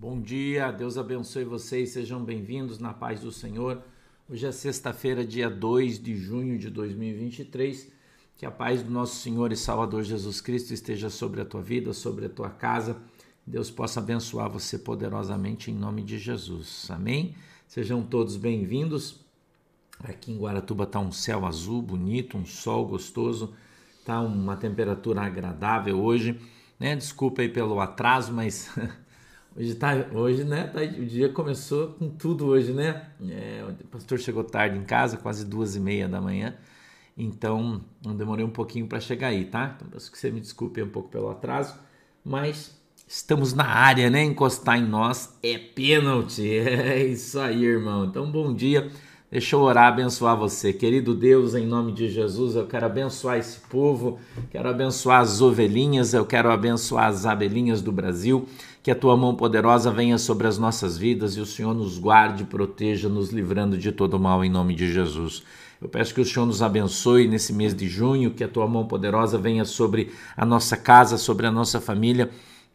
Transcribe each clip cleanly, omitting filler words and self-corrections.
Bom dia, Deus abençoe vocês, sejam bem-vindos na paz do Senhor. Hoje é sexta-feira, dia 2 de junho de 2023. Que a paz do nosso Senhor e Salvador Jesus Cristo esteja sobre a tua vida, sobre a tua casa. Deus possa abençoar você poderosamente em nome de Jesus. Amém? Sejam todos bem-vindos. Aqui em Guaratuba está um céu azul, bonito, um sol gostoso. Está uma temperatura agradável hoje, né? Desculpa aí pelo atraso, mas... Hoje, né? O dia começou com tudo hoje, né? O pastor chegou tarde em casa, quase 2h30 da manhã, então eu demorei um pouquinho para chegar aí, tá? Então peço que você me desculpe um pouco pelo atraso, mas estamos na área, né? Encostar em nós é pênalti, é isso aí, irmão. Então bom dia, deixa eu orar, abençoar você. Querido Deus, em nome de Jesus, eu quero abençoar esse povo, quero abençoar as ovelhinhas, eu quero abençoar as abelhinhas do Brasil. Que a tua mão poderosa venha sobre as nossas vidas e o Senhor nos guarde, proteja, nos livrando de todo mal em nome de Jesus. Eu peço que o Senhor nos abençoe nesse mês de junho, que a tua mão poderosa venha sobre a nossa casa, sobre a nossa família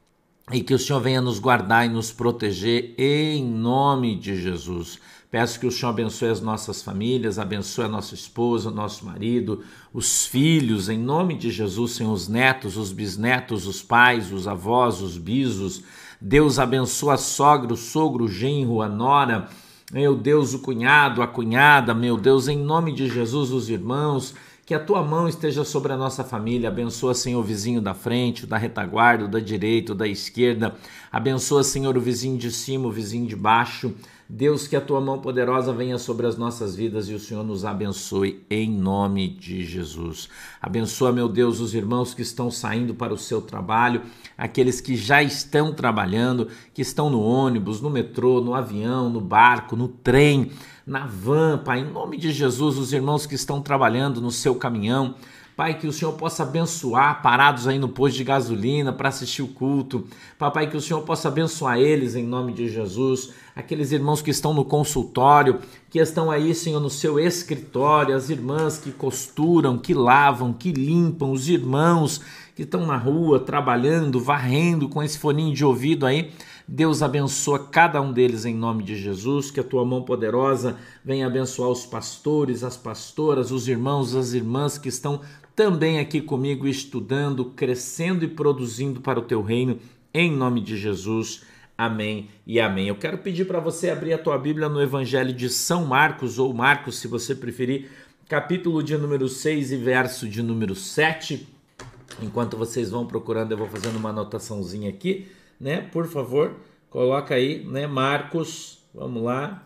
e que o Senhor venha nos guardar e nos proteger em nome de Jesus. Peço que o Senhor abençoe as nossas famílias, abençoe a nossa esposa, o nosso marido, os filhos, em nome de Jesus, Senhor, os netos, os bisnetos, os pais, os avós, os bisos. Deus abençoa a sogra, o sogro, o genro, a nora, meu Deus, o cunhado, a cunhada, meu Deus, em nome de Jesus, os irmãos. Que a tua mão esteja sobre a nossa família, abençoa, Senhor, o vizinho da frente, o da retaguarda, o da direita, o da esquerda, abençoa, Senhor, o vizinho de cima, o vizinho de baixo. Deus, que a tua mão poderosa venha sobre as nossas vidas e o Senhor nos abençoe em nome de Jesus. Abençoa, meu Deus, os irmãos que estão saindo para o seu trabalho, aqueles que já estão trabalhando, que estão no ônibus, no metrô, no avião, no barco, no trem, na van, Pai, em nome de Jesus, os irmãos que estão trabalhando no seu caminhão, Pai, que o Senhor possa abençoar, parados aí no posto de gasolina para assistir o culto. Papai, que o Senhor possa abençoar eles em nome de Jesus. Aqueles irmãos que estão no consultório, que estão aí, Senhor, no seu escritório. As irmãs que costuram, que lavam, que limpam. Os irmãos que estão na rua trabalhando, varrendo com esse foninho de ouvido aí. Deus abençoa cada um deles em nome de Jesus, que a tua mão poderosa venha abençoar os pastores, as pastoras, os irmãos, as irmãs que estão também aqui comigo estudando, crescendo e produzindo para o teu reino, em nome de Jesus. Amém e amém. Eu quero pedir para você abrir a tua Bíblia no Evangelho de São Marcos, ou Marcos, se você preferir, capítulo de número 6 e verso de número 7. Enquanto vocês vão procurando, eu vou fazendo uma anotaçãozinha aqui, né? Por favor, coloca aí, né? Marcos, vamos lá.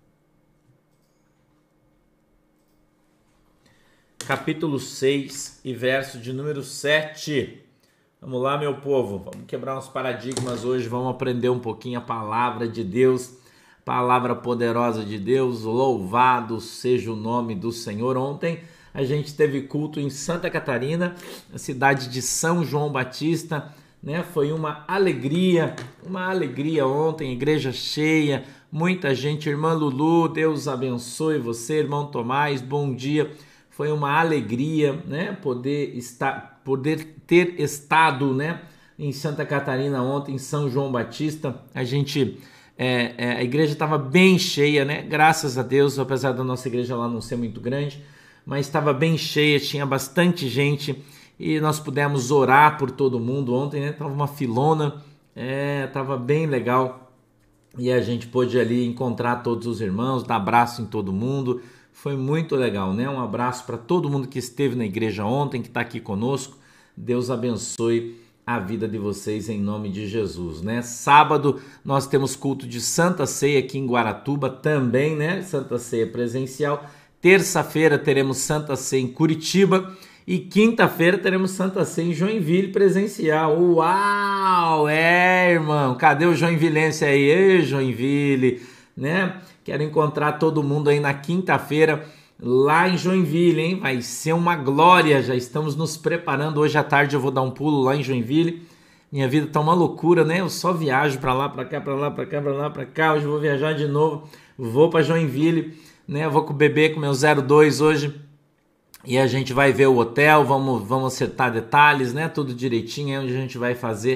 Capítulo 6 e verso de número 7. Vamos lá, meu povo, vamos quebrar uns paradigmas hoje, vamos aprender um pouquinho a palavra de Deus, palavra poderosa de Deus. Louvado seja o nome do Senhor. Ontem a gente teve culto em Santa Catarina, a cidade de São João Batista, né? Foi uma alegria ontem, igreja cheia, muita gente. Irmã Lulu, Deus abençoe você. Irmão Tomás, bom dia. Foi uma alegria, né? Poder ter estado, né? Em Santa Catarina ontem, em São João Batista. A igreja estava bem cheia, né? Graças a Deus, apesar da nossa igreja lá não ser muito grande, mas estava bem cheia, tinha bastante gente e nós pudemos orar por todo mundo ontem, né? Tava uma filona, tava bem legal e a gente pôde ali encontrar todos os irmãos, dar abraço em todo mundo. Foi muito legal, né? Um abraço para todo mundo que esteve na igreja ontem, que está aqui conosco. Deus abençoe a vida de vocês em nome de Jesus, né? Sábado nós temos culto de Santa Ceia aqui em Guaratuba também, né? Santa Ceia presencial. Terça-feira teremos Santa Ceia em Curitiba e quinta-feira teremos Santa Ceia em Joinville presencial. Uau! Irmão, cadê o joinvilense aí? Ei, Joinville, né? Quero encontrar todo mundo aí na quinta-feira lá em Joinville, hein? Vai ser uma glória, já estamos nos preparando. Hoje à tarde eu vou dar um pulo lá em Joinville. Minha vida tá uma loucura, né? Eu só viajo para lá, para cá, para lá, para cá, para lá, para cá. Hoje eu vou viajar de novo, vou para Joinville, né? Eu vou com o bebê, com meu 02 hoje. E a gente vai ver o hotel, vamos acertar detalhes, né? Tudo direitinho, é onde a gente vai fazer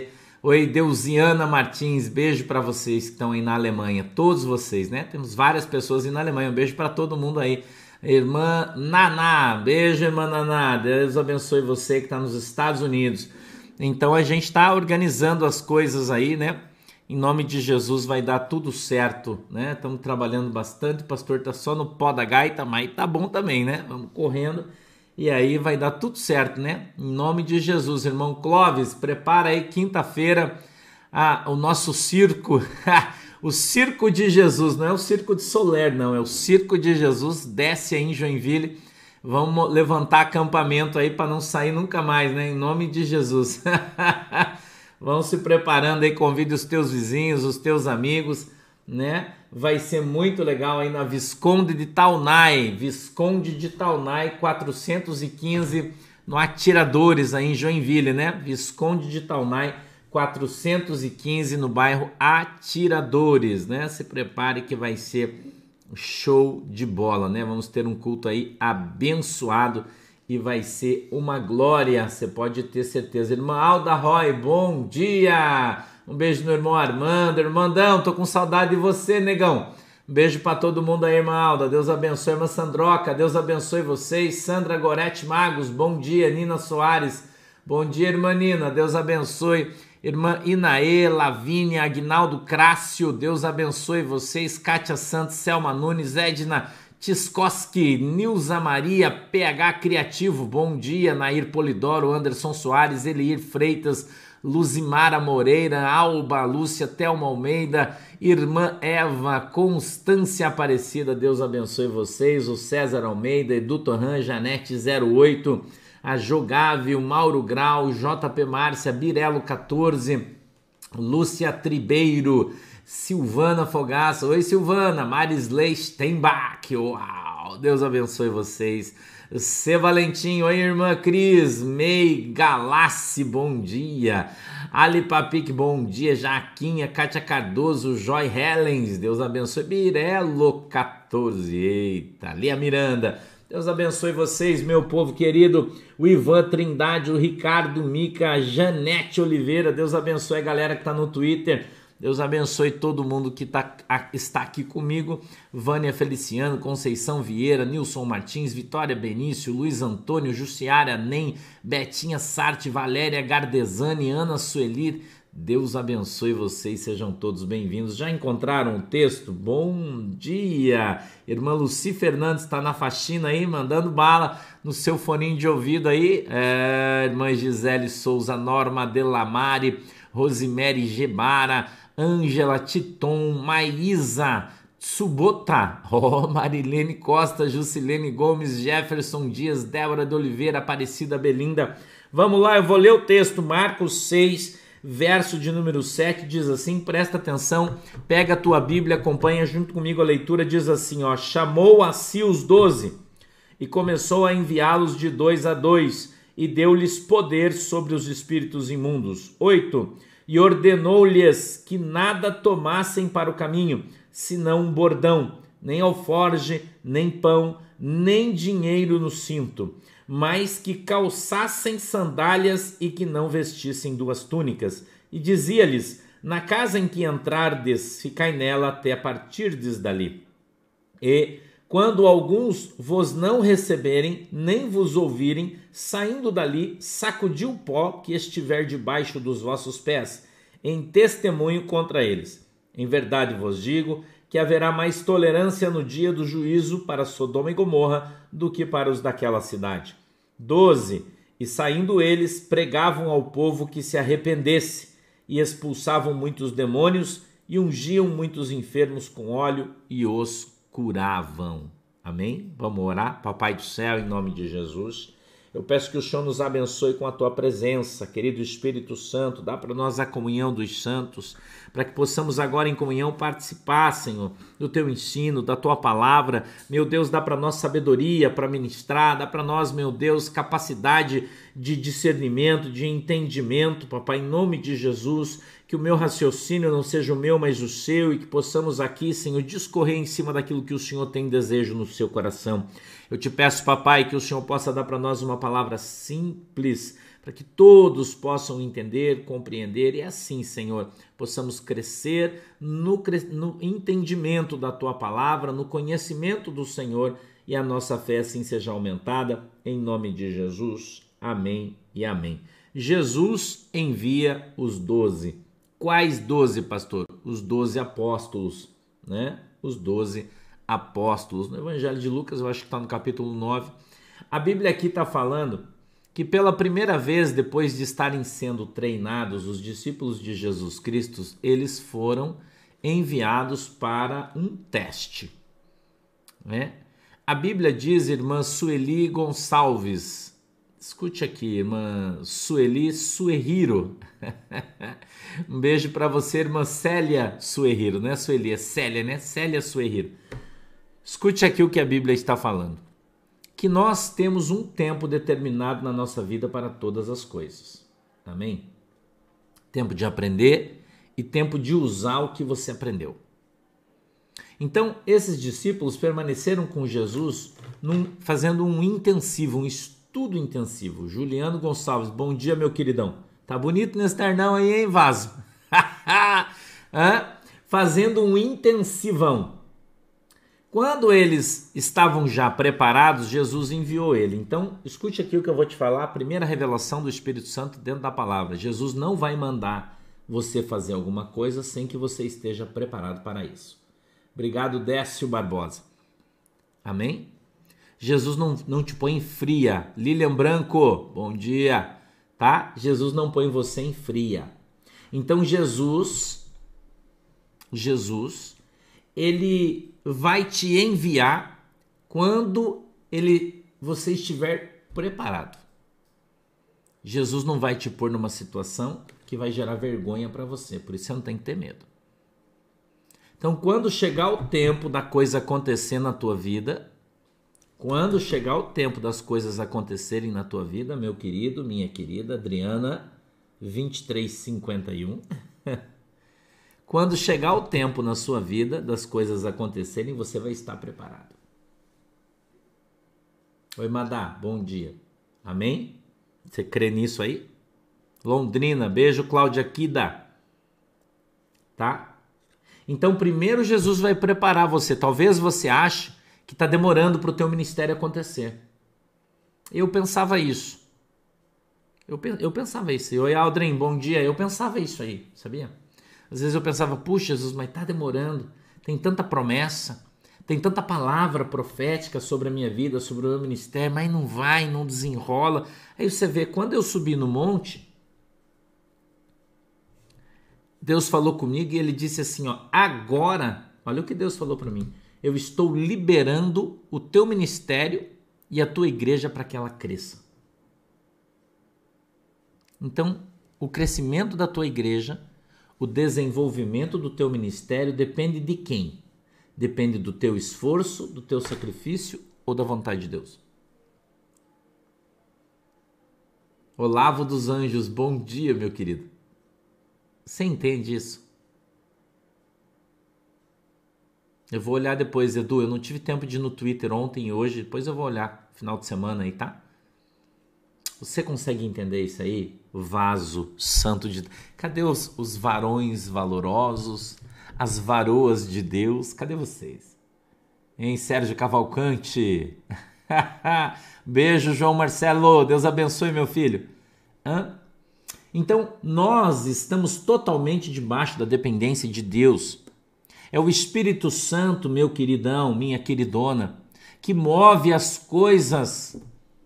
Oi, Deusiana Martins, beijo para vocês que estão aí na Alemanha, todos vocês, né? Temos várias pessoas aí na Alemanha, um beijo para todo mundo aí. Irmã Naná, beijo, irmã Naná, Deus abençoe você que está nos Estados Unidos. Então a gente está organizando as coisas aí, né? Em nome de Jesus vai dar tudo certo, né? Estamos trabalhando bastante, o pastor tá só no pó da gaita, mas tá bom também, né? Vamos correndo e aí vai dar tudo certo, né? Em nome de Jesus, irmão Clóvis, prepara aí quinta-feira o nosso circo, o Circo de Jesus, não é o Circo de Soler, não, é o Circo de Jesus, desce aí em Joinville, vamos levantar acampamento aí para não sair nunca mais, né? Em nome de Jesus. Vamos se preparando aí, convide os teus vizinhos, os teus amigos, né? Vai ser muito legal aí na Visconde de Taunay, 415, no Atiradores, aí em Joinville, né? Visconde de Taunay, 415, no bairro Atiradores, né? Se prepare que vai ser show de bola, né? Vamos ter um culto aí abençoado e vai ser uma glória, você pode ter certeza. Irmã Alda Roy, bom dia! Um beijo no irmão Armando. Irmandão, tô com saudade de você, negão. Um beijo para todo mundo aí, irmã Alda. Deus abençoe. Irmã Sandroca, Deus abençoe vocês. Sandra Gorete Magos, bom dia. Nina Soares, bom dia, irmã Nina. Deus abençoe. Irmã Inaê, Lavínia, Aguinaldo Crácio, Deus abençoe vocês. Kátia Santos, Selma Nunes, Edna Tiskoski, Nilza Maria, PH Criativo, bom dia. Nair Polidoro, Anderson Soares, Eliir Freitas, Luzimara Moreira, Alba, Lúcia, Thelma Almeida, Irmã Eva, Constância Aparecida, Deus abençoe vocês. O César Almeida, Edu Torran, Janete 08, a Jogável, Mauro Grau, JP Márcia, Birelo 14, Lúcia Tribeiro, Silvana Fogaça, oi Silvana, Marisley Steinbach, uau, Deus abençoe vocês. C. Valentim, oi irmã Cris, Mei Galassi, bom dia. Ali Papic, bom dia. Jaquinha, Kátia Cardoso, Joy Helens, Deus abençoe. Birelo 14, eita, Lia Miranda, Deus abençoe vocês, meu povo querido. O Ivan Trindade, o Ricardo Mica, a Janete Oliveira, Deus abençoe a galera que está no Twitter. Deus abençoe todo mundo que está aqui comigo. Vânia Feliciano, Conceição Vieira, Nilson Martins, Vitória Benício, Luiz Antônio, Jussiara Nem, Betinha Sarte, Valéria Gardesani, Ana Suelir. Deus abençoe vocês, sejam todos bem-vindos. Já encontraram o texto? Bom dia! Irmã Luci Fernandes está na faxina aí, mandando bala no seu foninho de ouvido aí. Irmã Gisele Souza, Norma Delamare, Rosemary Gebara, Ângela Titon, Maísa Subota, Marilene Costa, Jusilene Gomes, Jefferson Dias, Débora de Oliveira, Aparecida Belinda. Vamos lá, eu vou ler o texto, Marcos 6, verso de número 7, diz assim, presta atenção, pega a tua Bíblia, acompanha junto comigo a leitura, diz assim, ó, chamou a si os 12 e começou a enviá-los de 2 a 2 e deu-lhes poder sobre os espíritos imundos. 8, e ordenou-lhes que nada tomassem para o caminho, senão um bordão, nem alforge, nem pão, nem dinheiro no cinto, mas que calçassem sandálias e que não vestissem 2 túnicas. E dizia-lhes, na casa em que entrardes, ficai nela até partirdes dali. E quando alguns vos não receberem, nem vos ouvirem, saindo dali, sacudi o pó que estiver debaixo dos vossos pés, em testemunho contra eles. Em verdade vos digo que haverá mais tolerância no dia do juízo para Sodoma e Gomorra do que para os daquela cidade. 12. E saindo eles, pregavam ao povo que se arrependesse, e expulsavam muitos demônios, e ungiam muitos enfermos com óleo, e os curavam. Amém? Vamos orar? Papai do céu, em nome de Jesus, eu peço que o Senhor nos abençoe com a tua presença, querido Espírito Santo, dá para nós a comunhão dos santos, para que possamos agora em comunhão participar, Senhor, do teu ensino, da tua palavra. Meu Deus, dá para nós sabedoria para ministrar, dá para nós, meu Deus, capacidade de discernimento, de entendimento, papai, em nome de Jesus, que o meu raciocínio não seja o meu, mas o seu, e que possamos aqui, Senhor, discorrer em cima daquilo que o Senhor tem desejo no seu coração. Eu te peço, papai, que o Senhor possa dar para nós uma palavra simples, para que todos possam entender, compreender e assim, Senhor, possamos crescer no entendimento da Tua palavra, no conhecimento do Senhor e a nossa fé assim seja aumentada, em nome de Jesus. Amém e amém. Jesus envia os 12. Quais 12, pastor? Os 12 apóstolos, né? Os 12 apóstolos. No Evangelho de Lucas, eu acho que está no capítulo 9. A Bíblia aqui está falando que pela primeira vez, depois de estarem sendo treinados, os discípulos de Jesus Cristo, eles foram enviados para um teste, né? A Bíblia diz, irmã Sueli Gonçalves, escute aqui, irmã Sueli Suerriro, um beijo para você, irmã Célia Suerriro, não é Sueli, é Célia, né? Célia Suerriro. Escute aqui o que a Bíblia está falando. Que nós temos um tempo determinado na nossa vida para todas as coisas. Amém? Tempo de aprender e tempo de usar o que você aprendeu. Então, esses discípulos permaneceram com Jesus fazendo um intensivo, um estudo intensivo. Juliano Gonçalves, bom dia, meu queridão. Tá bonito nesse ternão aí, hein, vaso? Fazendo um intensivão. Quando eles estavam já preparados, Jesus enviou ele. Então, escute aqui o que eu vou te falar, a primeira revelação do Espírito Santo dentro da palavra. Jesus não vai mandar você fazer alguma coisa sem que você esteja preparado para isso. Obrigado, Décio Barbosa. Amém? Jesus não te põe em fria. Lilian Branco, bom dia. Tá? Jesus não põe você em fria. Então, Jesus, ele vai te enviar quando você estiver preparado. Jesus não vai te pôr numa situação que vai gerar vergonha para você, por isso você não tem que ter medo. Então, quando chegar o tempo da coisa acontecer na tua vida, quando chegar o tempo das coisas acontecerem na tua vida, meu querido, minha querida Adriana, 2351, quando chegar o tempo na sua vida das coisas acontecerem, você vai estar preparado. Oi, Madá, bom dia. Amém? Você crê nisso aí? Londrina, beijo, Cláudia Kida. Tá? Então, primeiro Jesus vai preparar você. Talvez você ache que está demorando para o teu ministério acontecer. Eu pensava isso. Eu pensava isso. Oi, Aldrin, bom dia. Eu pensava isso aí, sabia? Às vezes eu pensava, puxa, Jesus, mas está demorando. Tem tanta promessa, tem tanta palavra profética sobre a minha vida, sobre o meu ministério, mas não vai, não desenrola. Aí você vê, quando eu subi no monte, Deus falou comigo e ele disse assim, ó, agora, olha o que Deus falou para mim, eu estou liberando o teu ministério e a tua igreja para que ela cresça. Então, o crescimento da tua igreja, o desenvolvimento do teu ministério depende de quem? Depende do teu esforço, do teu sacrifício ou da vontade de Deus. Olavo dos Anjos, bom dia, meu querido. Você entende isso? Eu vou olhar depois, Edu. Eu não tive tempo de ir no Twitter ontem e hoje. Depois eu vou olhar final de semana aí, tá? Você consegue entender isso aí? Vaso santo de... Cadê os varões valorosos? As varoas de Deus? Cadê vocês? Hein, Sérgio Cavalcante? Beijo, João Marcelo. Deus abençoe, meu filho. Então, nós estamos totalmente debaixo da dependência de Deus. É o Espírito Santo, meu queridão, minha queridona, que move as coisas.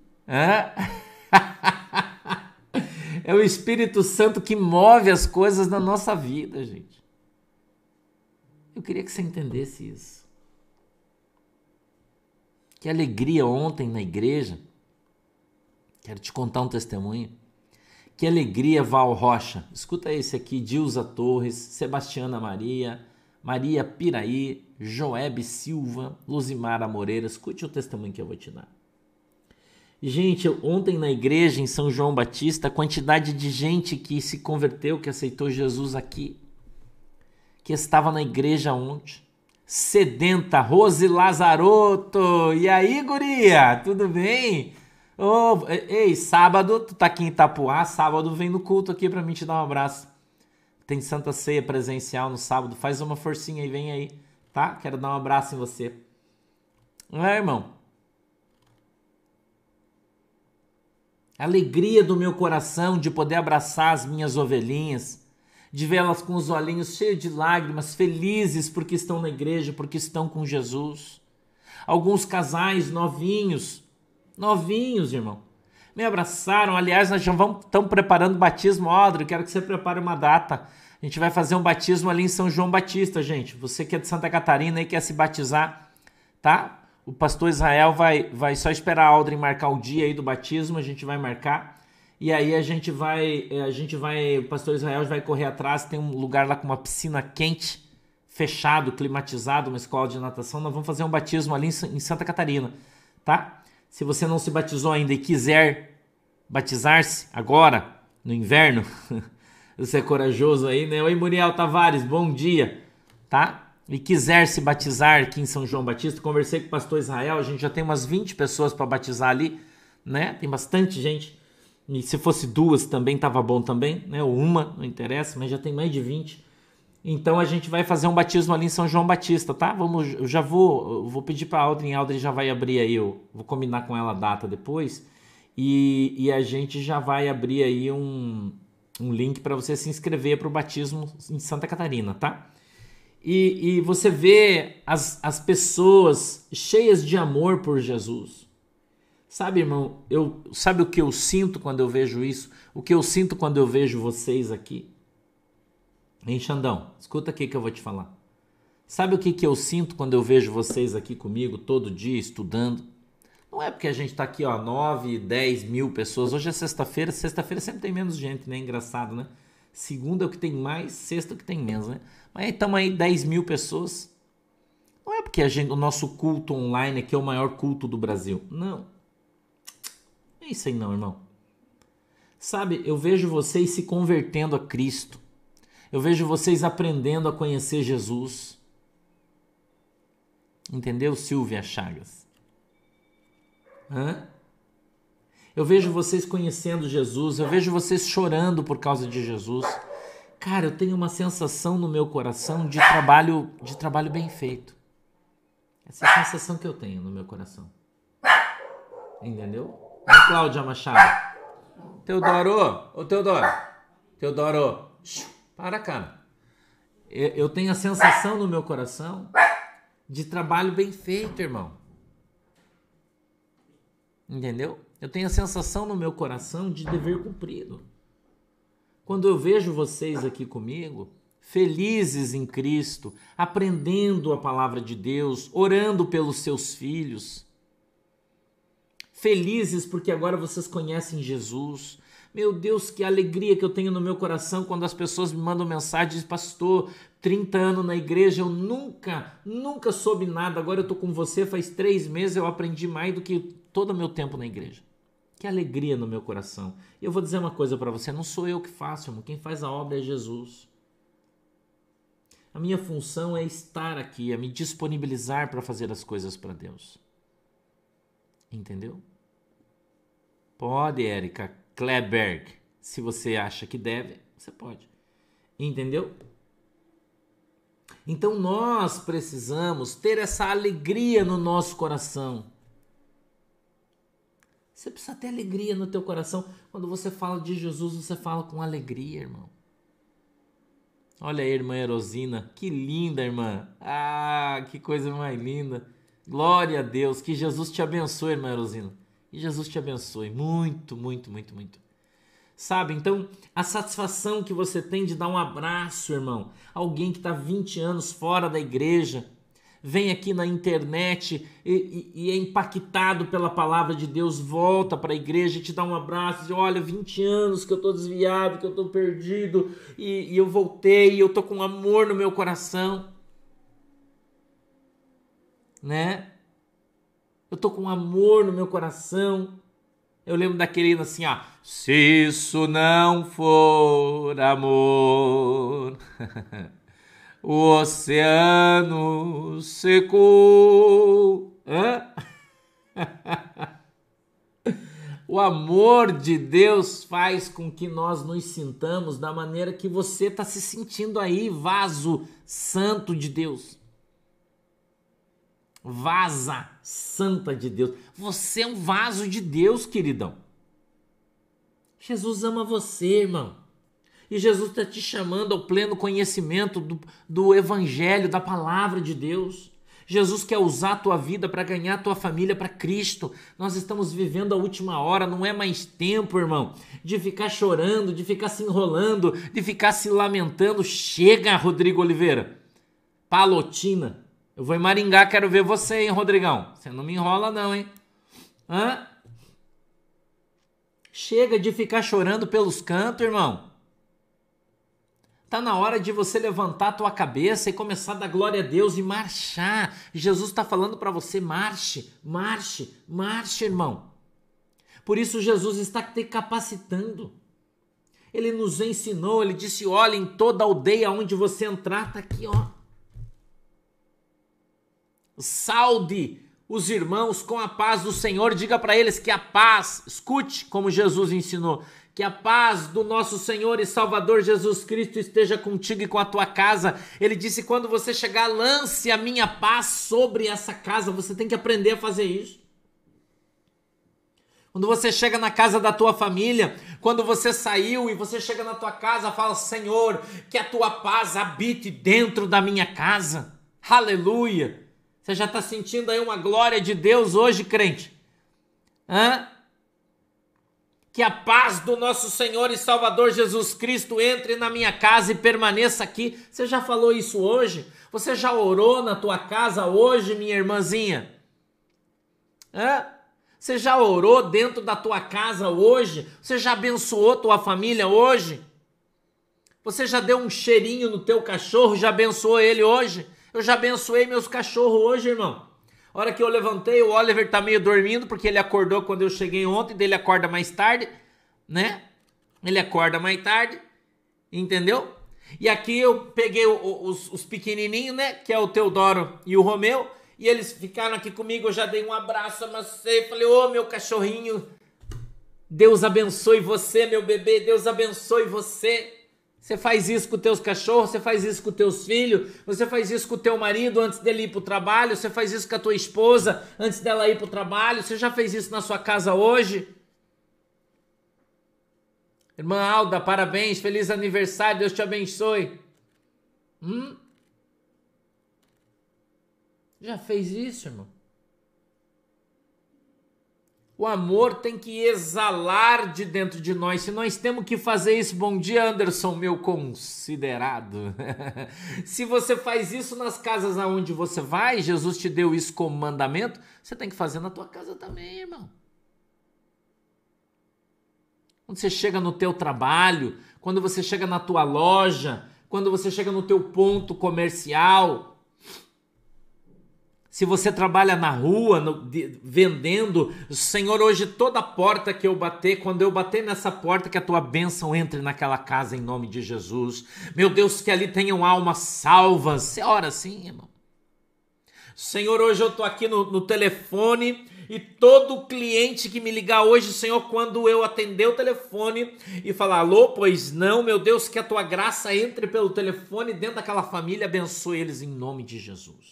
É o Espírito Santo que move as coisas na nossa vida, gente. Eu queria que você entendesse isso. Que alegria ontem na igreja. Quero te contar um testemunho. Que alegria, Val Rocha. Escuta esse aqui, Dilza Torres, Sebastiana Maria, Maria Piraí, Joebe Silva, Luzimara Moreira. Escute o testemunho que eu vou te dar. Gente, ontem na igreja em São João Batista, a quantidade de gente que se converteu, que aceitou Jesus aqui, que estava na igreja ontem, sedenta, Rose Lazarotto. E aí, guria, tudo bem? Ô, ei, sábado, tu tá aqui em Itapuá, sábado vem no culto aqui pra mim te dar um abraço. Tem Santa Ceia presencial no sábado, faz uma forcinha aí, vem aí, tá? Quero dar um abraço em você. Não é, irmão? A alegria do meu coração de poder abraçar as minhas ovelhinhas, de vê-las com os olhinhos cheios de lágrimas, felizes porque estão na igreja, porque estão com Jesus. Alguns casais novinhos, irmão, me abraçaram. Aliás, nós já estamos preparando o batismo. Audrey, quero que você prepare uma data. A gente vai fazer um batismo ali em São João Batista, gente. Você que é de Santa Catarina e quer se batizar, tá? O pastor Israel vai só esperar a Audrey marcar o dia aí do batismo, a gente vai marcar. E aí o pastor Israel vai correr atrás, tem um lugar lá com uma piscina quente, fechado, climatizado, uma escola de natação. Nós vamos fazer um batismo ali em Santa Catarina, tá? Se você não se batizou ainda e quiser batizar-se agora, no inverno, você é corajoso aí, né? Oi, Muriel Tavares, bom dia, tá? E quiser se batizar aqui em São João Batista, conversei com o pastor Israel, a gente já tem umas 20 pessoas para batizar ali, né? Tem bastante gente. E se fosse 2 também tava bom também, né? Ou 1, não interessa, mas já tem mais de 20. Então a gente vai fazer um batismo ali em São João Batista, tá? Eu já vou pedir para a Audrey já vai abrir aí, eu vou combinar com ela a data depois, e a gente já vai abrir aí um link para você se inscrever para o batismo em Santa Catarina, tá? E você vê as pessoas cheias de amor por Jesus. Sabe, irmão, sabe o que eu sinto quando eu vejo isso? O que eu sinto quando eu vejo vocês aqui? Hein, Xandão? Escuta aqui que eu vou te falar. Sabe o que eu sinto quando eu vejo vocês aqui comigo todo dia estudando? Não é porque a gente tá aqui, ó, 9, 10 mil pessoas. Hoje é sexta-feira sempre tem menos gente, né? Engraçado, né? Segunda é o que tem mais, sexta é o que tem menos, né? Mas estamos aí 10 mil pessoas. Não é porque o nosso culto online aqui é o maior culto do Brasil. Não. É isso aí não, irmão. Sabe, eu vejo vocês se convertendo a Cristo. Eu vejo vocês aprendendo a conhecer Jesus. Entendeu, Silvia Chagas? Hã? Eu vejo vocês conhecendo Jesus. Eu vejo vocês chorando por causa de Jesus. Cara, eu tenho uma sensação no meu coração de trabalho bem feito. Essa é a sensação que eu tenho no meu coração. Entendeu? Oi, Cláudia Machado. Teodoro! Ô, Teodoro! Teodoro! Para, cara. Eu tenho a sensação no meu coração de trabalho bem feito, irmão. Entendeu? Eu tenho a sensação no meu coração de dever cumprido. Quando eu vejo vocês aqui comigo, felizes em Cristo, aprendendo a palavra de Deus, orando pelos seus filhos, felizes porque agora vocês conhecem Jesus. Meu Deus, que alegria que eu tenho no meu coração quando as pessoas me mandam mensagem e dizem: pastor, 30 anos na igreja, eu nunca soube nada, agora eu estou com você faz 3 meses, eu aprendi mais do que todo o meu tempo na igreja. Que alegria no meu coração. E eu vou dizer uma coisa para você, não sou eu que faço, irmão, quem faz a obra é Jesus. A minha função é estar aqui, é me disponibilizar para fazer as coisas para Deus. Entendeu? Pode, Érica Kleberg. Se você acha que deve, você pode. Entendeu? Então nós precisamos ter essa alegria no nosso coração. Você precisa ter alegria no teu coração. Quando você fala de Jesus, você fala com alegria, irmão. Olha aí, irmã Erosina. Que linda, irmã. Ah, que coisa mais linda. Glória a Deus. Que Jesus te abençoe, irmã Erosina. Que Jesus te abençoe. Muito, muito, muito, muito. Sabe, então, a satisfação que você tem de dar um abraço, irmão. Alguém que está 20 anos fora da igreja, vem aqui na internet e é impactado pela palavra de Deus, volta para a igreja e te dá um abraço, diz: olha, 20 anos que eu estou desviado, que eu estou perdido, e eu voltei, e eu estou com amor no meu coração, né? Eu estou com amor no meu coração. Eu lembro daquele assim, ó: se isso não for amor, o oceano secou. Hã? O amor de Deus faz com que nós nos sintamos da maneira que você está se sentindo aí, vaso santo de Deus. Vasa santa de Deus. Você é um vaso de Deus, queridão. Jesus ama você, irmão. E Jesus está te chamando ao pleno conhecimento do Evangelho, da palavra de Deus. Jesus quer usar a tua vida para ganhar a tua família para Cristo. Nós estamos vivendo a última hora, não é mais tempo, irmão, de ficar chorando, de ficar se enrolando, de ficar se lamentando. Chega, Rodrigo Oliveira. Palotina. Eu vou em Maringá, quero ver você, hein, Rodrigão. Você não me enrola não, hein? Hã? Chega de ficar chorando pelos cantos, irmão. Tá na hora de você levantar a tua cabeça e começar a dar glória a Deus e marchar. Jesus está falando para você, marche, marche, marche, irmão. Por isso Jesus está te capacitando. Ele nos ensinou, ele disse, olha, em toda aldeia onde você entrar, tá aqui, ó. Saude os irmãos com a paz do Senhor, diga para eles que a paz, escute como Jesus ensinou, que a paz do nosso Senhor e Salvador Jesus Cristo esteja contigo e com a tua casa. Ele disse, quando você chegar, lance a minha paz sobre essa casa. Você tem que aprender a fazer isso. Quando você chega na casa da tua família, quando você saiu e você chega na tua casa, fala, Senhor, que a tua paz habite dentro da minha casa. Aleluia. Você já está sentindo aí uma glória de Deus hoje, crente? Hã? Que a paz do nosso Senhor e Salvador Jesus Cristo entre na minha casa e permaneça aqui. Você já falou isso hoje? Você já orou na tua casa hoje, minha irmãzinha? Hã? Você já orou dentro da tua casa hoje? Você já abençoou tua família hoje? Você já deu um cheirinho no teu cachorro? Já abençoou ele hoje? Eu já abençoei meus cachorros hoje, irmão. A hora que eu levantei, o Oliver tá meio dormindo, porque ele acordou quando eu cheguei ontem, daí ele acorda mais tarde, né? Ele acorda mais tarde, entendeu? E aqui eu peguei os pequenininhos, né? Que é o Teodoro e o Romeu, e eles ficaram aqui comigo, eu já dei um abraço, amassei, falei, ô meu cachorrinho, Deus abençoe você, meu bebê, Deus abençoe você. Você faz isso com os teus cachorros, você faz isso com os teus filhos, você faz isso com o teu marido antes dele ir para o trabalho, você faz isso com a tua esposa antes dela ir para o trabalho, você já fez isso na sua casa hoje? Irmã Alda, parabéns, feliz aniversário, Deus te abençoe. Já fez isso, irmão? O amor tem que exalar de dentro de nós. Se nós temos que fazer isso, bom dia, Anderson, meu considerado. Se você faz isso nas casas aonde você vai, Jesus te deu isso como mandamento, você tem que fazer na tua casa também, irmão. Quando você chega no teu trabalho, quando você chega na tua loja, quando você chega no teu ponto comercial, se você trabalha na rua, vendendo, Senhor, hoje toda porta que eu bater, quando eu bater nessa porta, que a tua bênção entre naquela casa em nome de Jesus. Meu Deus, que ali tenham almas salvas. Você ora assim, irmão? Senhor, hoje eu estou aqui no telefone e todo cliente que me ligar hoje, Senhor, quando eu atender o telefone e falar, alô, pois não, meu Deus, que a tua graça entre pelo telefone dentro daquela família, abençoe eles em nome de Jesus.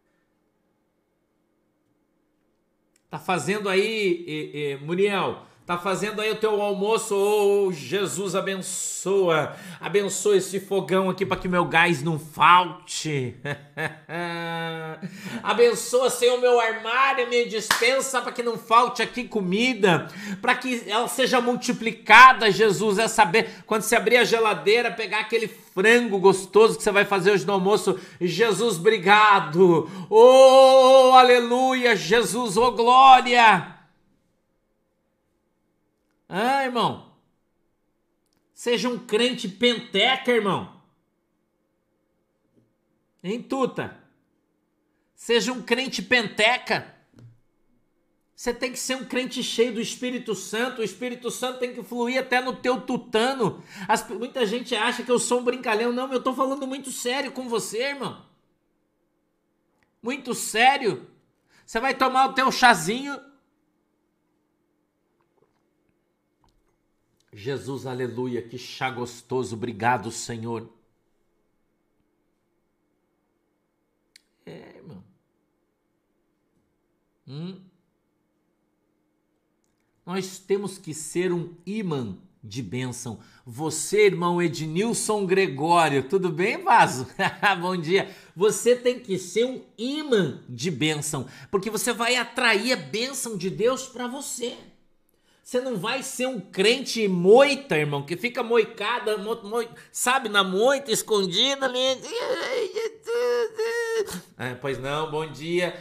Tá fazendo aí, Muriel, tá fazendo aí o teu almoço, oh, Jesus abençoa, abençoa esse fogão aqui para que meu gás não falte, abençoa, Senhor, meu armário, minha despensa, para que não falte aqui comida, para que ela seja multiplicada, Jesus, é saber, quando você abrir a geladeira, pegar aquele frango gostoso que você vai fazer hoje no almoço, Jesus, obrigado, oh, aleluia, Jesus, oh, glória. Ah, irmão, seja um crente penteca, irmão, hein, Tuta? Seja um crente penteca. Você tem que ser um crente cheio do Espírito Santo. O Espírito Santo tem que fluir até no teu tutano. Muita gente acha que eu sou um brincalhão. Não, eu estou falando muito sério com você, irmão. Muito sério. Você vai tomar o teu chazinho. Jesus, aleluia, que chá gostoso, obrigado, Senhor. Irmão. Nós temos que ser um imã de bênção. Você, irmão Ednilson Gregório, tudo bem, Vaso? Bom dia. Você tem que ser um imã de bênção, porque você vai atrair a bênção de Deus para você. Você não vai ser um crente moita, irmão, que fica moicada, sabe, na moita, escondida ali. Pois não, bom dia.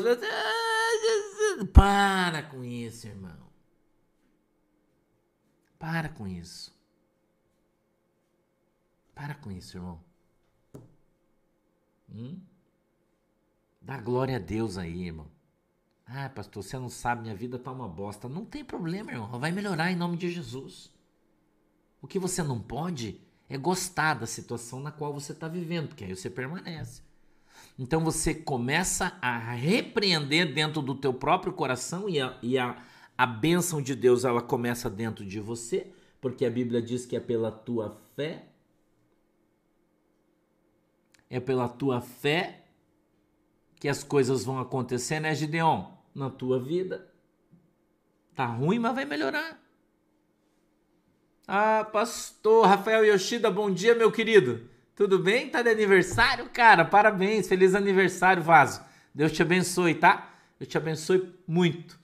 Para com isso, irmão. Para com isso. Para com isso, irmão. Dá glória a Deus aí, irmão. Pastor, você não sabe, minha vida tá uma bosta. Não tem problema, irmão. Vai melhorar em nome de Jesus. O que você não pode é gostar da situação na qual você está vivendo, porque aí você permanece. Então você começa a repreender dentro do teu próprio coração e a bênção de Deus, ela começa dentro de você, porque a Bíblia diz que é pela tua fé. É pela tua fé que as coisas vão acontecer, né, Gideon? Na tua vida. Tá ruim, mas vai melhorar. Pastor Rafael Yoshida, bom dia, meu querido. Tudo bem? Tá de aniversário, cara? Parabéns, feliz aniversário, Vaso. Deus te abençoe, tá? Deus te abençoe muito.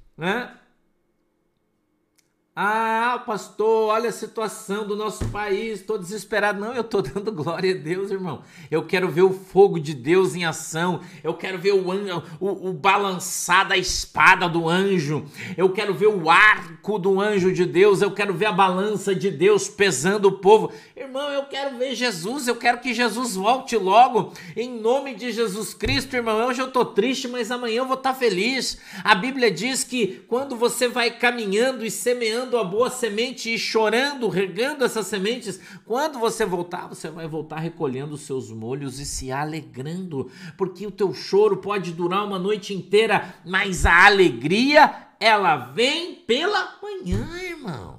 Pastor, olha a situação do nosso país, estou desesperado. Não, eu estou dando glória a Deus, irmão. Eu quero ver o fogo de Deus em ação. Eu quero ver o balançar da espada do anjo. Eu quero ver o arco do anjo de Deus. Eu quero ver a balança de Deus pesando o povo. Irmão, eu quero ver Jesus. Eu quero que Jesus volte logo. Em nome de Jesus Cristo, irmão. Hoje eu estou triste, mas amanhã eu vou estar feliz. A Bíblia diz que quando você vai caminhando e semeando a boa semente e chorando, regando essas sementes, quando você voltar, você vai voltar recolhendo os seus molhos e se alegrando, porque o teu choro pode durar uma noite inteira, mas a alegria, ela vem pela manhã, irmão.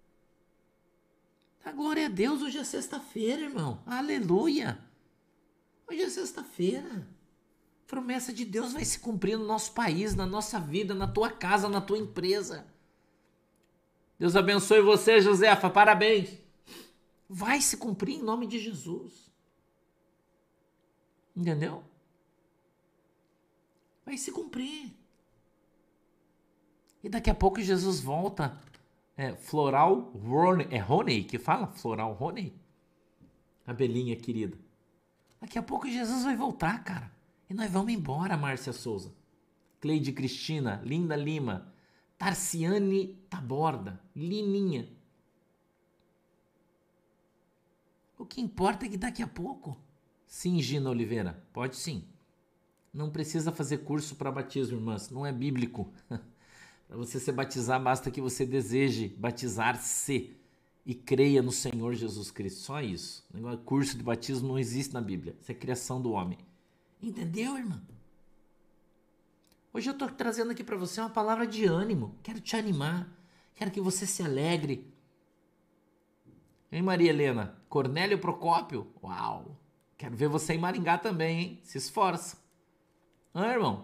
Dá glória a Deus, hoje é sexta-feira, irmão. Aleluia. Hoje é sexta-feira. Promessa de Deus vai se cumprir no nosso país, na nossa vida, na tua casa, na tua empresa. Deus abençoe você, Josefa, parabéns. Vai se cumprir em nome de Jesus. Entendeu? Vai se cumprir. E daqui a pouco Jesus volta. Floral Roney, é Roney que fala? Floral Roney? Abelhinha querida. Daqui a pouco Jesus vai voltar, cara. E nós vamos embora, Márcia Souza. Cleide Cristina, Linda Lima, Tarciane Taborda, Lininha. O que importa é que daqui a pouco... Sim, Gina Oliveira, pode sim. Não precisa fazer curso para batismo, irmãs. Não é bíblico. Para você se batizar, basta que você deseje batizar-se e creia no Senhor Jesus Cristo. Só isso. O curso de batismo não existe na Bíblia. Isso é criação do homem. Entendeu, irmã? Hoje eu estou trazendo aqui para você uma palavra de ânimo. Quero te animar. Quero que você se alegre. Hein, Maria Helena? Cornélio Procópio? Uau! Quero ver você em Maringá também, hein? Se esforça. Irmão?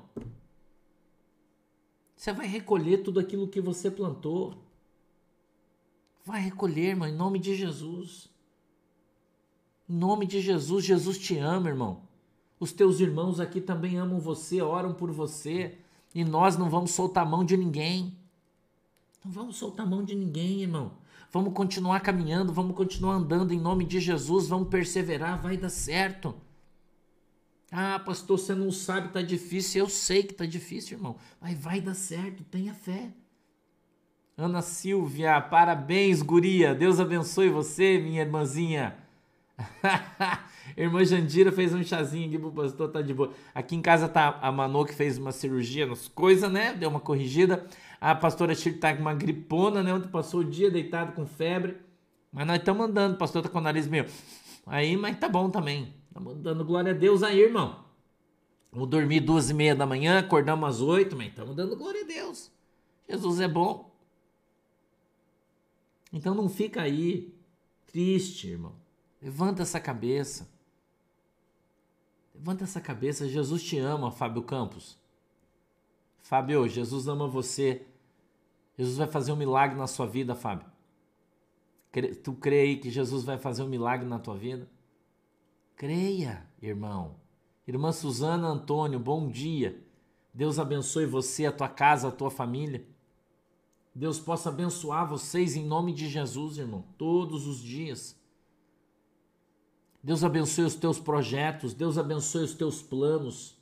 Você vai recolher tudo aquilo que você plantou. Vai recolher, irmão, em nome de Jesus. Em nome de Jesus, Jesus te ama, irmão. Os teus irmãos aqui também amam você, oram por você. E nós não vamos soltar a mão de ninguém. Não vamos soltar a mão de ninguém, irmão. Vamos continuar caminhando, vamos continuar andando em nome de Jesus. Vamos perseverar, vai dar certo. Pastor, você não sabe, tá difícil. Eu sei que tá difícil, irmão. Mas vai dar certo, tenha fé. Ana Silvia, parabéns, guria. Deus abençoe você, minha irmãzinha. Irmã Jandira fez um chazinho aqui pro pastor, tá de boa. Aqui em casa tá a Manu, que fez uma cirurgia nas coisas, né? Deu uma corrigida. A pastora Shirley tá com uma gripona, né? Ontem passou o dia deitado com febre. Mas nós estamos andando, o pastor tá com o nariz meio... Aí, mas tá bom também. Estamos dando glória a Deus aí, irmão. Vamos dormir 2h30 da manhã, acordamos às 8, mas estamos dando glória a Deus. Jesus é bom. Então não fica aí triste, irmão. Levanta essa cabeça. Levanta essa cabeça. Jesus te ama, Fábio Campos. Fábio, Jesus ama você. Jesus vai fazer um milagre na sua vida, Fábio. Tu crê aí que Jesus vai fazer um milagre na tua vida? Creia, irmão. Irmã Suzana Antônio, bom dia. Deus abençoe você, a tua casa, a tua família. Deus possa abençoar vocês em nome de Jesus, irmão, todos os dias. Deus abençoe os teus projetos, Deus abençoe os teus planos.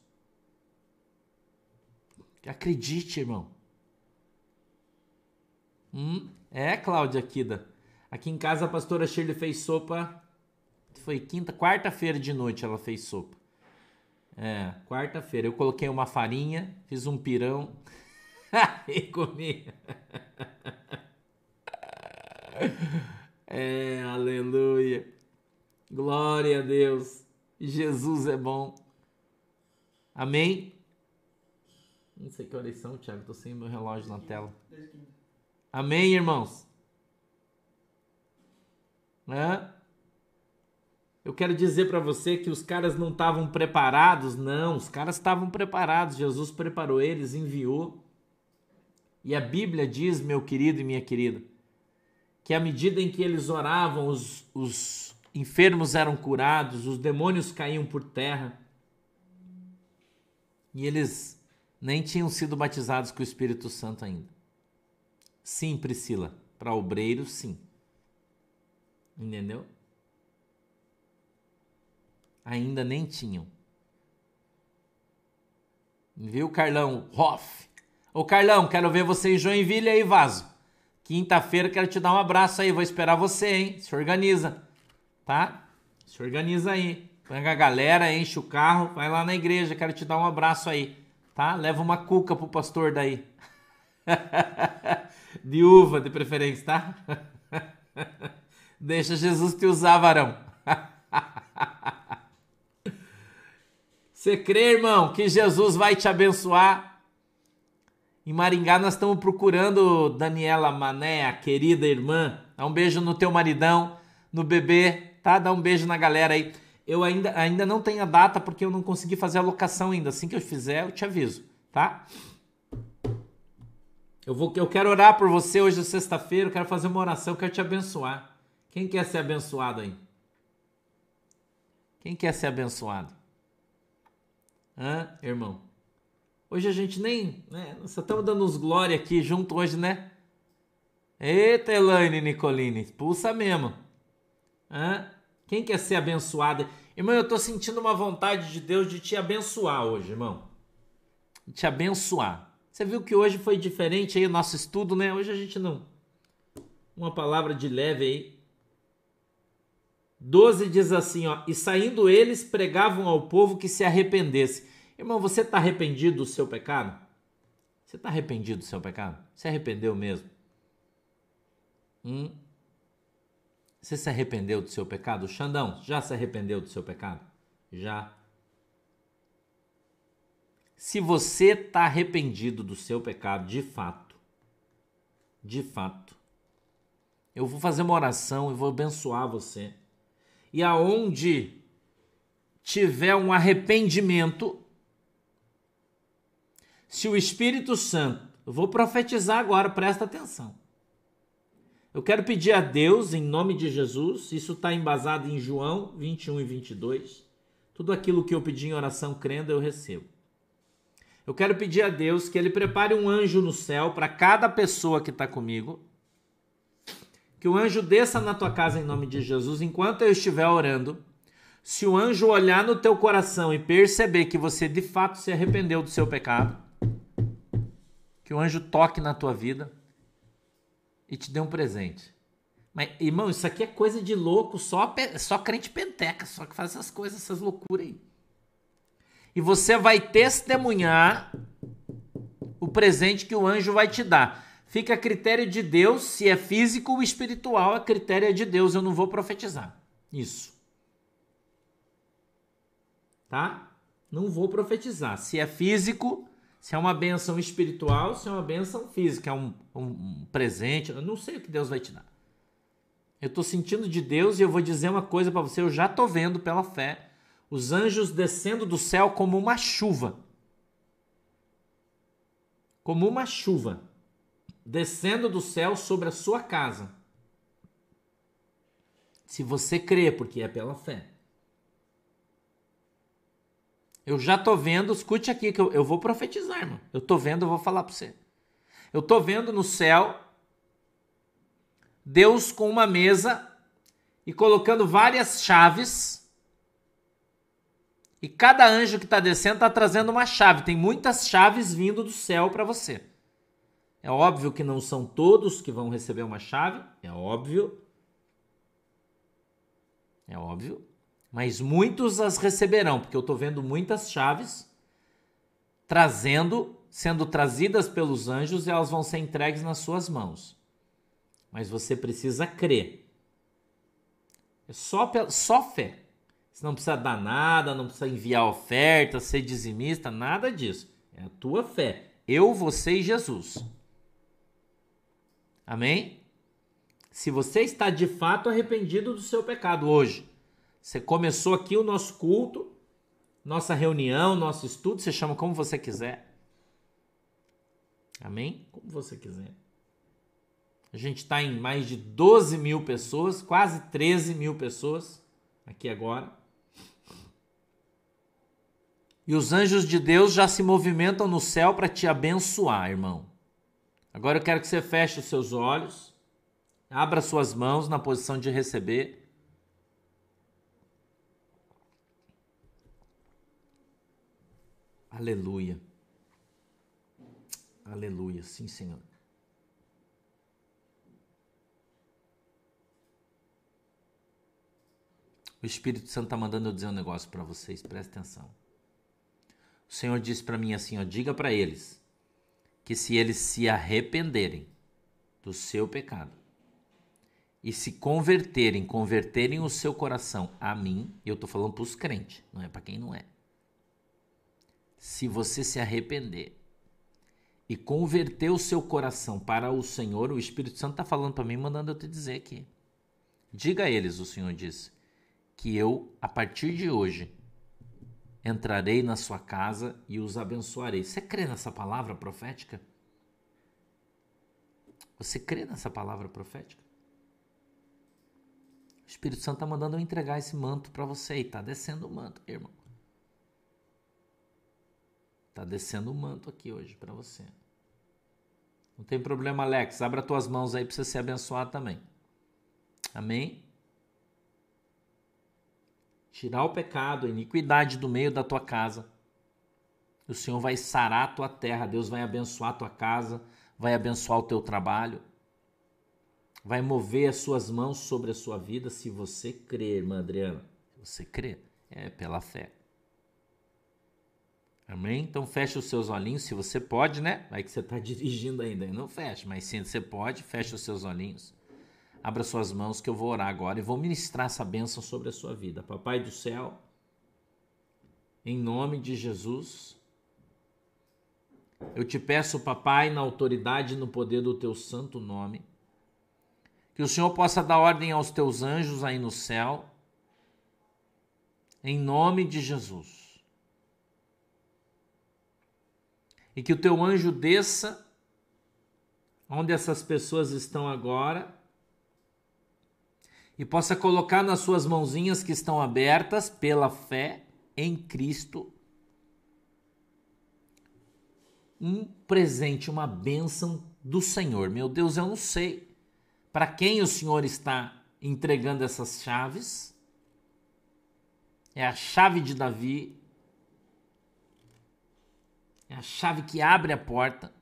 Acredite, irmão. Cláudia Kida. Aqui em casa a pastora Shirley fez sopa. Foi quarta-feira de noite ela fez sopa. Quarta-feira. Eu coloquei uma farinha, fiz um pirão e comi. Aleluia. Glória a Deus. Jesus é bom. Amém? Não sei que horas são, Thiago. Tô sem meu relógio na tela. Amém, irmãos? Eu quero dizer para você que os caras não estavam preparados. Não, os caras estavam preparados. Jesus preparou eles, enviou. E a Bíblia diz, meu querido e minha querida, que à medida em que eles oravam, os enfermos eram curados, os demônios caíam por terra. E eles nem tinham sido batizados com o Espírito Santo ainda. Sim, Priscila, para obreiros, sim. Entendeu? Ainda nem tinham. Viu, Carlão? Hoff. Ô, Carlão, quero ver você em Joinville aí, Vaso. Quinta-feira quero te dar um abraço aí. Vou esperar você, hein? Se organiza, tá? Se organiza aí. Pega a galera, enche o carro, vai lá na igreja. Quero te dar um abraço aí, tá? Leva uma cuca pro pastor daí. De uva, de preferência, tá? Deixa Jesus te usar, varão. Você crê, irmão, que Jesus vai te abençoar? Em Maringá nós estamos procurando Daniela Mané, a querida irmã. Dá um beijo no teu maridão, no bebê, tá? Dá um beijo na galera aí. Eu ainda não tenho a data porque eu não consegui fazer a locação ainda. Assim que eu fizer, eu te aviso, tá? Eu quero orar por você hoje é sexta-feira, eu quero fazer uma oração, eu quero te abençoar. Quem quer ser abençoado aí? Quem quer ser abençoado? Irmão? Hoje a gente nem... Só estamos dando uns glória aqui junto hoje, né? Eita, Elaine Nicolini, expulsa mesmo. Quem quer ser abençoado? Irmão, eu estou sentindo uma vontade de Deus de te abençoar hoje, irmão. De te abençoar. Você viu que hoje foi diferente aí o nosso estudo, né? Hoje a gente não... Uma palavra de leve aí. 12 diz assim, ó. E saindo eles, pregavam ao povo que se arrependesse. Irmão, você está arrependido do seu pecado? Você está arrependido do seu pecado? Se arrependeu mesmo? Você se arrependeu do seu pecado? Xandão, já se arrependeu do seu pecado? Já. Se você está arrependido do seu pecado, de fato, eu vou fazer uma oração e vou abençoar você. E aonde tiver um arrependimento, se o Espírito Santo, eu vou profetizar agora, presta atenção. Eu quero pedir a Deus, em nome de Jesus, isso está embasado em João 21 e 22, tudo aquilo que eu pedi em oração crendo, eu recebo. Eu quero pedir a Deus que Ele prepare um anjo no céu para cada pessoa que está comigo, que o anjo desça na tua casa em nome de Jesus, enquanto eu estiver orando. Se o anjo olhar no teu coração e perceber que você de fato se arrependeu do seu pecado, que o anjo toque na tua vida e te dê um presente. Mas, irmão, isso aqui é coisa de louco, só crente penteca, só que faz essas coisas, essas loucuras aí. E você vai testemunhar o presente que o anjo vai te dar. Fica a critério de Deus, se é físico ou espiritual, a critério de Deus, eu não vou profetizar. Isso. Tá? Não vou profetizar. Se é físico, se é uma bênção espiritual, se é uma bênção física, é um presente, eu não sei o que Deus vai te dar. Eu estou sentindo de Deus e eu vou dizer uma coisa para você, eu já estou vendo pela fé os anjos descendo do céu como uma chuva. Como uma chuva, descendo do céu sobre a sua casa. Se você crê, porque é pela fé. Eu já estou vendo, escute aqui que eu vou profetizar, irmão. Eu estou vendo, eu vou falar para você. Eu estou vendo no céu Deus com uma mesa e colocando várias chaves. E cada anjo que está descendo está trazendo uma chave. Tem muitas chaves vindo do céu para você. É óbvio que não são todos que vão receber uma chave. É óbvio. É óbvio. Mas muitos as receberão, porque eu estou vendo muitas chaves sendo trazidas pelos anjos e elas vão ser entregues nas suas mãos. Mas você precisa crer. É só fé. Você não precisa dar nada, não precisa enviar oferta, ser dizimista, nada disso. É a tua fé. Eu, você e Jesus. Amém? Se você está de fato arrependido do seu pecado hoje, você começou aqui o nosso culto, nossa reunião, nosso estudo, você chama como você quiser. Amém? Como você quiser. A gente está em mais de 12 mil pessoas, quase 13 mil pessoas aqui agora. E os anjos de Deus já se movimentam no céu para te abençoar, irmão. Agora eu quero que você feche os seus olhos, abra suas mãos na posição de receber. Aleluia. Aleluia, sim, Senhor. O Espírito Santo está mandando eu dizer um negócio para vocês, presta atenção. O Senhor disse para mim assim, ó, diga para eles que se eles se arrependerem do seu pecado e se converterem o seu coração a mim, e eu estou falando para os crentes, não é para quem não é. Se você se arrepender e converter o seu coração para o Senhor, o Espírito Santo está falando para mim, mandando eu te dizer aqui. Diga a eles, o Senhor disse, que eu, a partir de hoje, entrarei na sua casa e os abençoarei. Você crê nessa palavra profética? Você crê nessa palavra profética? O Espírito Santo está mandando eu entregar esse manto para você e está descendo o manto, irmão. Está descendo o manto aqui hoje para você. Não tem problema, Alex. Abra tuas mãos aí para você ser abençoado também. Amém? Tirar o pecado, a iniquidade do meio da tua casa. O Senhor vai sarar a tua terra. Deus vai abençoar a tua casa. Vai abençoar o teu trabalho. Vai mover as suas mãos sobre a sua vida se você crer, irmã Adriana. Se você crer, é pela fé. Amém? Então feche os seus olhinhos, se você pode, né? Vai que você está dirigindo ainda, não feche, mas se você pode, feche os seus olhinhos. Abra suas mãos que eu vou orar agora e vou ministrar essa bênção sobre a sua vida. Papai do céu, em nome de Jesus, eu te peço, papai, na autoridade e no poder do teu santo nome, que o Senhor possa dar ordem aos teus anjos aí no céu, em nome de Jesus. E que o teu anjo desça onde essas pessoas estão agora e possa colocar nas suas mãozinhas que estão abertas pela fé em Cristo um presente, uma bênção do Senhor. Meu Deus, eu não sei para quem o Senhor está entregando essas chaves. É a chave de Davi. É a chave que abre a porta,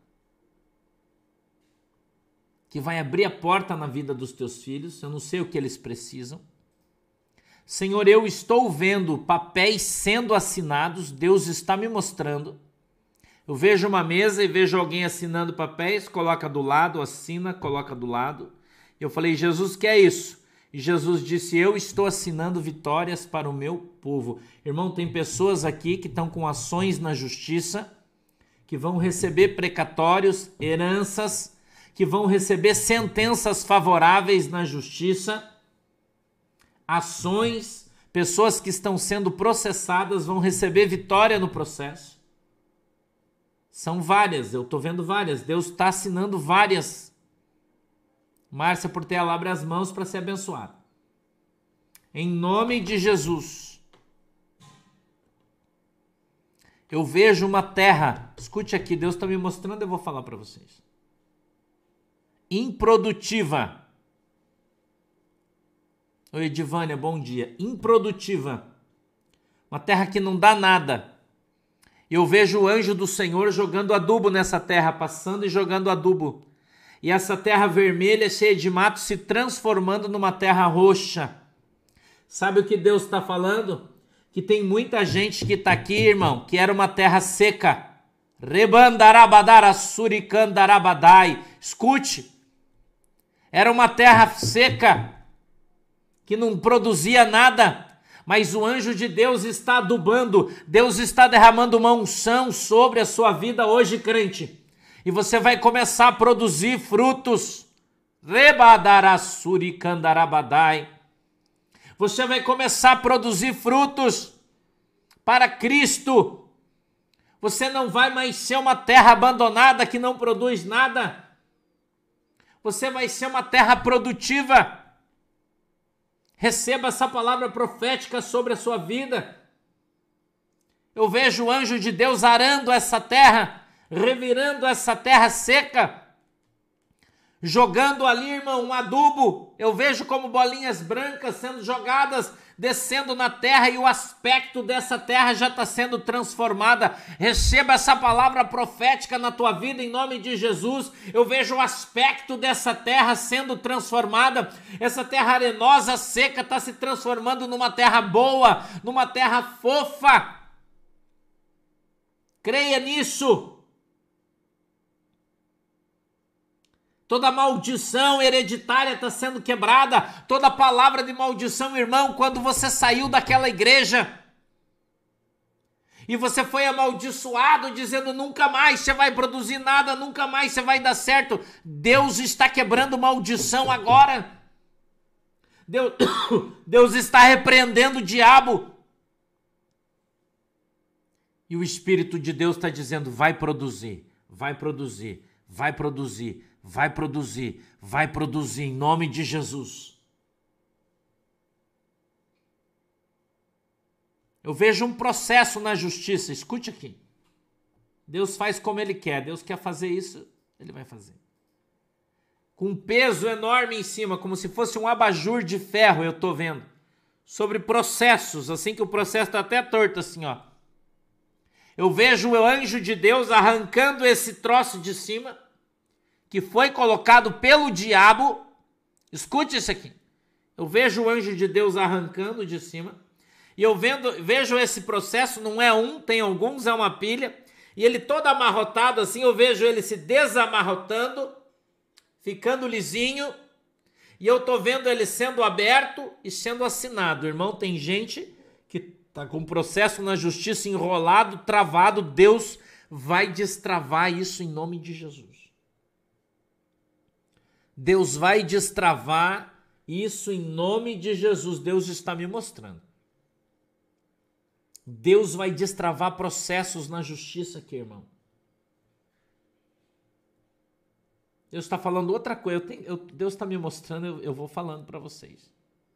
que vai abrir a porta na vida dos teus filhos. Eu não sei o que eles precisam. Senhor, eu estou vendo papéis sendo assinados, Deus está me mostrando. Eu vejo uma mesa e vejo alguém assinando papéis, coloca do lado, assina, coloca do lado. Eu falei, Jesus, que é isso? E Jesus disse, eu estou assinando vitórias para o meu povo. Irmão, tem pessoas aqui que estão com ações na justiça, que vão receber precatórios, heranças, que vão receber sentenças favoráveis na justiça, ações, pessoas que estão sendo processadas vão receber vitória no processo. São várias, eu estou vendo várias. Deus está assinando várias. Márcia Portela, abre as mãos para ser abençoada. Em nome de Jesus. Eu vejo uma terra. Escute aqui, Deus está me mostrando, eu vou falar para vocês. Improdutiva. Oi, Edivânia, bom dia. Improdutiva. Uma terra que não dá nada. Eu vejo o anjo do Senhor jogando adubo nessa terra, passando e jogando adubo. E essa terra vermelha, cheia de mato, se transformando numa terra roxa. Sabe o que Deus está falando? Que tem muita gente que está aqui, irmão, que era uma terra seca. Rebandarabadara suricandarabadai. Escute. Era uma terra seca, que não produzia nada. Mas o anjo de Deus está adubando. Deus está derramando uma unção sobre a sua vida hoje, crente. E você vai começar a produzir frutos. Rebadara suricandarabadai. Você vai começar a produzir frutos para Cristo. Você não vai mais ser uma terra abandonada que não produz nada. Você vai ser uma terra produtiva. Receba essa palavra profética sobre a sua vida. Eu vejo o anjo de Deus arando essa terra, revirando essa terra seca, jogando ali, irmão, um adubo. Eu vejo como bolinhas brancas sendo jogadas, descendo na terra, e o aspecto dessa terra já está sendo transformada. Receba essa palavra profética na tua vida em nome de Jesus. Eu vejo o aspecto dessa terra sendo transformada. Essa terra arenosa, seca, está se transformando numa terra boa, numa terra fofa. Creia nisso. Toda maldição hereditária está sendo quebrada. Toda palavra de maldição, irmão, quando você saiu daquela igreja e você foi amaldiçoado, dizendo nunca mais você vai produzir nada, nunca mais você vai dar certo. Deus está quebrando maldição agora. Deus está repreendendo o diabo. E o Espírito de Deus está dizendo, vai produzir, vai produzir, vai produzir. Vai produzir, vai produzir em nome de Jesus. Eu vejo um processo na justiça, escute aqui. Deus faz como Ele quer, Deus quer fazer isso, Ele vai fazer. Com um peso enorme em cima, como se fosse um abajur de ferro, eu estou vendo. Sobre processos, assim que o processo está até torto assim, ó. Eu vejo o anjo de Deus arrancando esse troço de cima, que foi colocado pelo diabo. Escute isso aqui. Eu vejo o anjo de Deus arrancando de cima. E eu vejo esse processo, não é um, tem alguns, é uma pilha. E ele todo amarrotado assim, eu vejo ele se desamarrotando, ficando lisinho. E eu estou vendo ele sendo aberto e sendo assinado. Irmão, tem gente que está com o processo na justiça enrolado, travado. Deus vai destravar isso em nome de Jesus. Deus vai destravar isso em nome de Jesus. Deus está me mostrando. Deus vai destravar processos na justiça aqui, irmão. Deus está falando outra coisa. Deus está me mostrando, eu vou falando para vocês.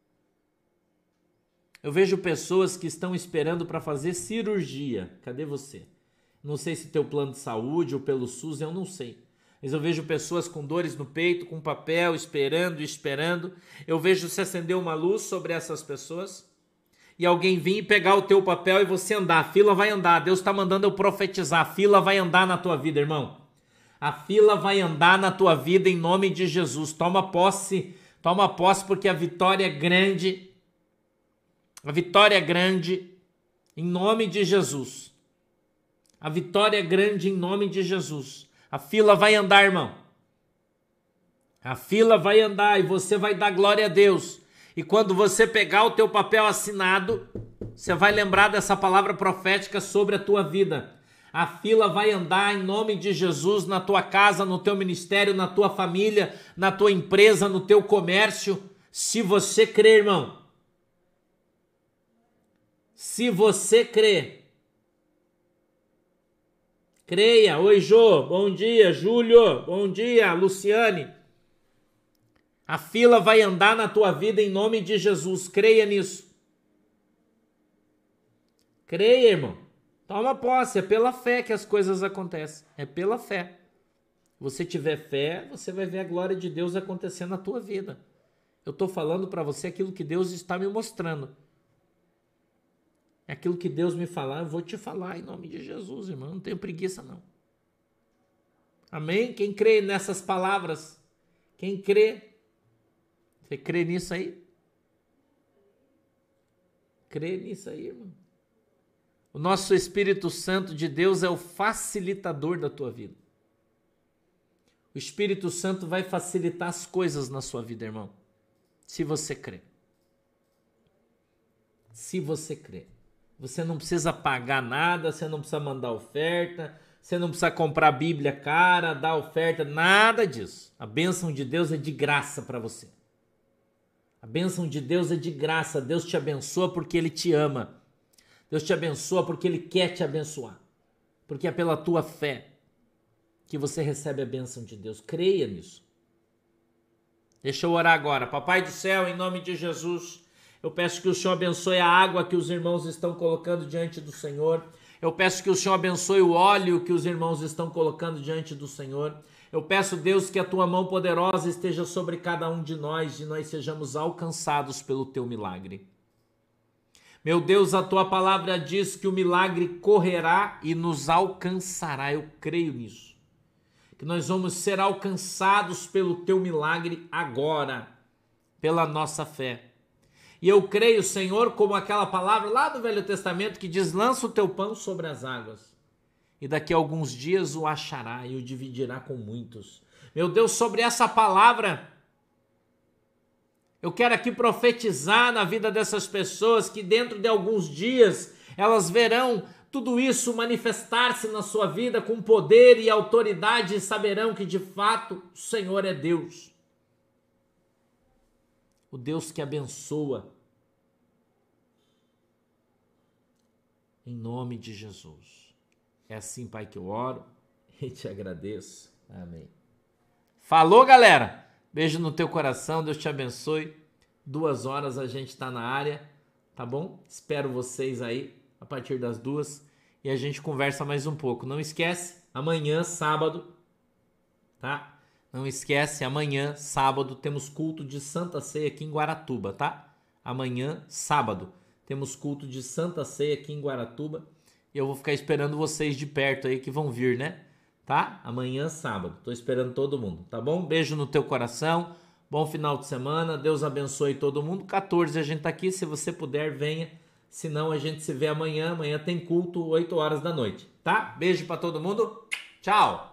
Eu vejo pessoas que estão esperando para fazer cirurgia. Cadê você? Não sei se teu plano de saúde ou pelo SUS, eu não sei. Mas eu vejo pessoas com dores no peito, com papel, esperando. Eu vejo se acender uma luz sobre essas pessoas e alguém vir e pegar o teu papel e você andar. A fila vai andar. Deus está mandando eu profetizar. A fila vai andar na tua vida, irmão. A fila vai andar na tua vida em nome de Jesus. Toma posse porque a vitória é grande. A vitória é grande em nome de Jesus. A vitória é grande em nome de Jesus. A fila vai andar, irmão. A fila vai andar e você vai dar glória a Deus. E quando você pegar o teu papel assinado, você vai lembrar dessa palavra profética sobre a tua vida. A fila vai andar em nome de Jesus na tua casa, no teu ministério, na tua família, na tua empresa, no teu comércio. Se você crer, irmão. Se você crê. Creia. Oi, Jô. Bom dia, Júlio. Bom dia, Luciane. A fila vai andar na tua vida em nome de Jesus. Creia nisso. Creia, irmão. Toma posse. É pela fé que as coisas acontecem. É pela fé. Se você tiver fé, você vai ver a glória de Deus acontecer na tua vida. Eu estou falando para você aquilo que Deus está me mostrando. É aquilo que Deus me falar, eu vou te falar em nome de Jesus, irmão. Não tenho preguiça, não. Amém? Quem crê nessas palavras? Quem crê? Você crê nisso aí? Crê nisso aí, irmão. O nosso Espírito Santo de Deus é o facilitador da tua vida. O Espírito Santo vai facilitar as coisas na sua vida, irmão. Se você crê. Se você crê. Você não precisa pagar nada, você não precisa mandar oferta, você não precisa comprar Bíblia cara, dar oferta, nada disso. A bênção de Deus é de graça para você. A bênção de Deus é de graça. Deus te abençoa porque Ele te ama. Deus te abençoa porque Ele quer te abençoar. Porque é pela tua fé que você recebe a bênção de Deus. Creia nisso. Deixa eu orar agora. Papai do céu, em nome de Jesus, eu peço que o Senhor abençoe a água que os irmãos estão colocando diante do Senhor. Eu peço que o Senhor abençoe o óleo que os irmãos estão colocando diante do Senhor. Eu peço, Deus, que a tua mão poderosa esteja sobre cada um de nós e nós sejamos alcançados pelo teu milagre. Meu Deus, a tua palavra diz que o milagre correrá e nos alcançará. Eu creio nisso. Que nós vamos ser alcançados pelo teu milagre agora, pela nossa fé. E eu creio, Senhor, como aquela palavra lá do Velho Testamento que diz, lança o teu pão sobre as águas. E daqui a alguns dias o achará e o dividirá com muitos. Meu Deus, sobre essa palavra, eu quero aqui profetizar na vida dessas pessoas que dentro de alguns dias elas verão tudo isso manifestar-se na sua vida com poder e autoridade e saberão que de fato o Senhor é Deus. O Deus que abençoa. Em nome de Jesus. É assim, Pai, que eu oro e te agradeço. Amém. Falou, galera. Beijo no teu coração. Deus te abençoe. 2 horas a gente tá na área, tá bom? Espero vocês aí a partir das 2 e a gente conversa mais um pouco. Não esquece, amanhã, sábado, tá? Não esquece, amanhã, sábado, temos culto de Santa Ceia aqui em Guaratuba, tá? Amanhã, sábado, temos culto de Santa Ceia aqui em Guaratuba. E eu vou ficar esperando vocês de perto aí que vão vir, né? Tá? Amanhã, sábado. Tô esperando todo mundo, tá bom? Beijo no teu coração. Bom final de semana. Deus abençoe todo mundo. 14 a gente tá aqui. Se você puder, venha. Se não, a gente se vê amanhã. Amanhã tem culto, 8 horas da noite, tá? Beijo pra todo mundo. Tchau!